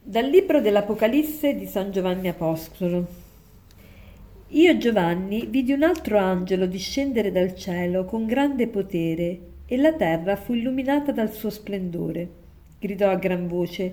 Dal libro dell'Apocalisse di San Giovanni Apostolo. Io, Giovanni, vidi un altro angelo discendere dal cielo con grande potere, e la terra fu illuminata dal suo splendore. Gridò a gran voce: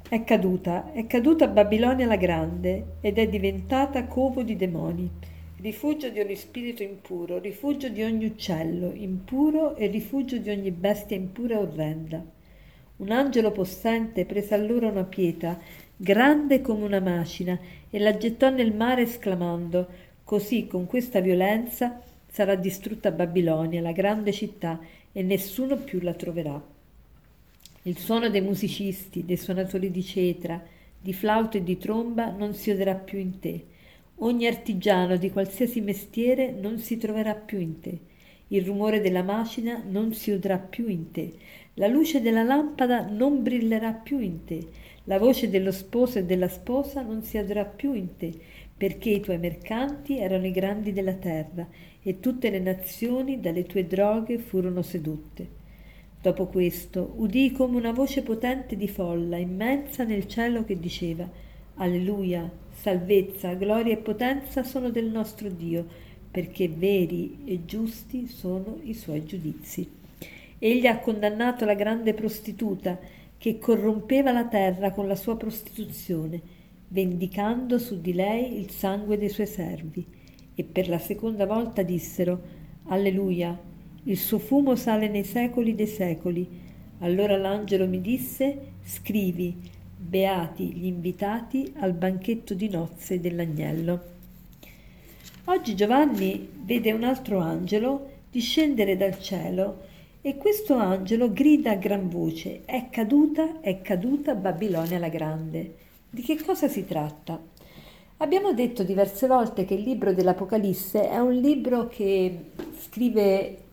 è caduta Babilonia la grande, ed è diventata covo di demoni, rifugio di ogni spirito impuro, rifugio di ogni uccello impuro e rifugio di ogni bestia impura e orrenda. Un angelo possente prese allora una pietra, grande come una macina, e la gettò nel mare esclamando: così, con questa violenza, sarà distrutta Babilonia, la grande città, e nessuno più la troverà. Il suono dei musicisti, dei suonatori di cetra, di flauto e di tromba non si udrà più in te. Ogni artigiano di qualsiasi mestiere non si troverà più in te. Il rumore della macina non si udrà più in te. La luce della lampada non brillerà più in te. La voce dello sposo e della sposa non si udrà più in te, perché i tuoi mercanti erano i grandi della terra, e tutte le nazioni dalle tue droghe furono sedotte. Dopo questo udii come una voce potente di folla immensa nel cielo che diceva: Alleluia, salvezza, gloria e potenza sono del nostro Dio, perché veri e giusti sono i suoi giudizi. Egli ha condannato la grande prostituta che corrompeva la terra con la sua prostituzione, vendicando su di lei il sangue dei suoi servi. E per la seconda volta dissero: Alleluia, il suo fumo sale nei secoli dei secoli. Allora l'angelo mi disse: scrivi: beati gli invitati al banchetto di nozze dell'agnello. Oggi Giovanni vede un altro angelo discendere dal cielo, e questo angelo grida a gran voce: è caduta Babilonia la grande. Di che cosa si tratta? Abbiamo detto diverse volte che il libro dell'Apocalisse è un libro che scrive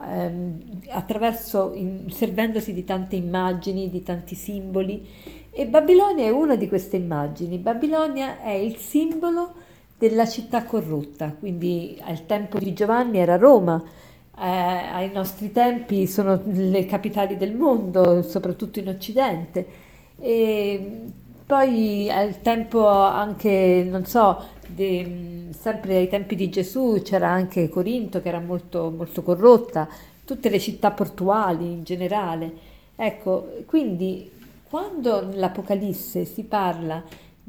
servendosi di tante immagini, di tanti simboli, e Babilonia è una di queste immagini. Babilonia è il simbolo della città corrotta, quindi al tempo di Giovanni era Roma, ai nostri tempi sono le capitali del mondo, soprattutto in Occidente. E poi al tempo anche, non so, sempre ai tempi di Gesù c'era anche Corinto che era molto, molto corrotta, tutte le città portuali in generale. Ecco, quindi quando nell'Apocalisse si parla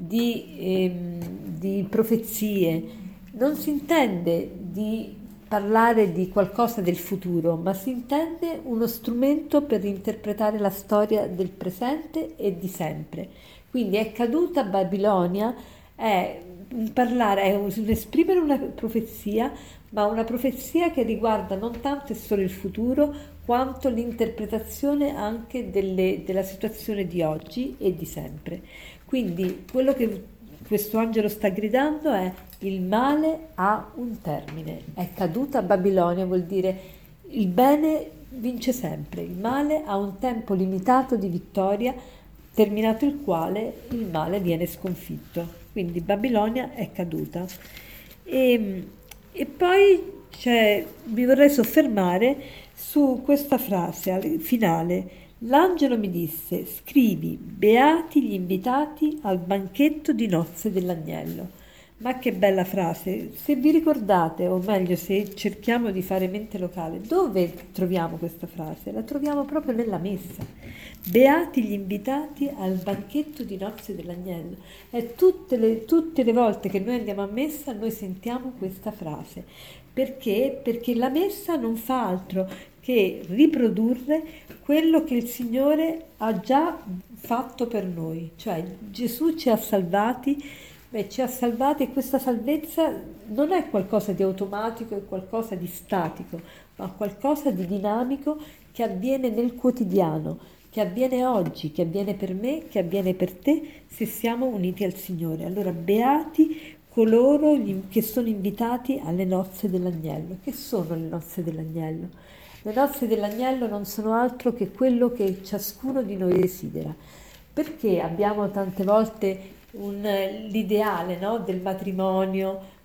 di profezie, non si intende di parlare di qualcosa del futuro, ma si intende uno strumento per interpretare la storia del presente e di sempre. Quindi è caduta Babilonia, è un esprimere una profezia, ma una profezia che riguarda non tanto e solo il futuro, quanto l'interpretazione anche della situazione di oggi e di sempre. Quindi quello che questo angelo sta gridando è: il male ha un termine, è caduta Babilonia, vuol dire il bene vince sempre, il male ha un tempo limitato di vittoria, terminato il quale il male viene sconfitto. Quindi Babilonia è caduta. E poi mi vorrei soffermare su questa frase finale. L'angelo mi disse: scrivi: beati gli invitati al banchetto di nozze dell'agnello. Ma che bella frase! Se vi ricordate, o meglio se cerchiamo di fare mente locale, dove troviamo questa frase? La troviamo proprio nella messa. Beati gli invitati al banchetto di nozze dell'agnello. E tutte le volte che noi andiamo a messa noi sentiamo questa frase. Perché? Perché la messa non fa altro che riprodurre quello che il Signore ha già fatto per noi. Cioè Gesù ci ha salvati. Ci ha salvati, e questa salvezza non è qualcosa di automatico, è qualcosa di statico, ma qualcosa di dinamico che avviene nel quotidiano, che avviene oggi, che avviene per me, che avviene per te se siamo uniti al Signore. Allora beati coloro che sono invitati alle nozze dell'agnello. Che sono le nozze dell'agnello? Le nozze dell'agnello non sono altro che quello che ciascuno di noi desidera. Perché abbiamo tante volte l'ideale, no, del matrimonio,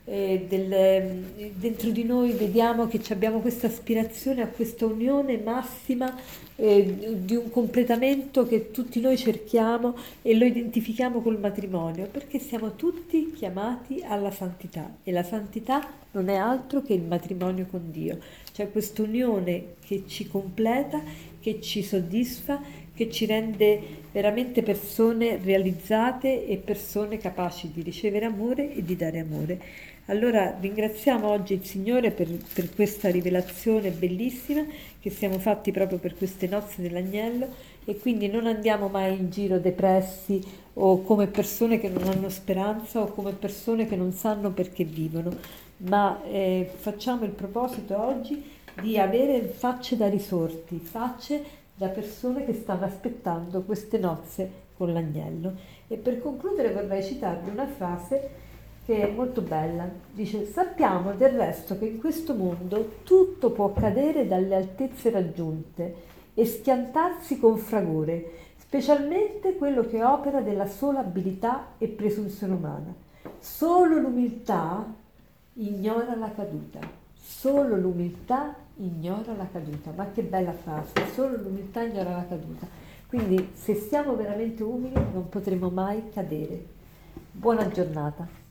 dentro di noi vediamo che abbiamo questa aspirazione a questa unione massima, di un completamento che tutti noi cerchiamo e lo identifichiamo col matrimonio, perché siamo tutti chiamati alla santità e la santità non è altro che il matrimonio con Dio, cioè questa unione che ci completa, che ci soddisfa, che ci rende veramente persone realizzate e persone capaci di ricevere amore e di dare amore. Allora ringraziamo oggi il Signore per questa rivelazione bellissima che siamo fatti proprio per queste nozze dell'agnello, e quindi non andiamo mai in giro depressi o come persone che non hanno speranza o come persone che non sanno perché vivono, ma facciamo il proposito oggi di avere facce da risorti, facce da persone che stanno aspettando queste nozze con l'agnello. E per concludere vorrei citarvi una frase che è molto bella. Dice: sappiamo del resto che in questo mondo tutto può cadere dalle altezze raggiunte e schiantarsi con fragore, specialmente quello che opera della sola abilità e presunzione umana. Solo l'umiltà ignora la caduta. Solo l'umiltà ignora la caduta. Ma che bella frase, solo l'umiltà ignora la caduta. Quindi se siamo veramente umili non potremo mai cadere. Buona giornata.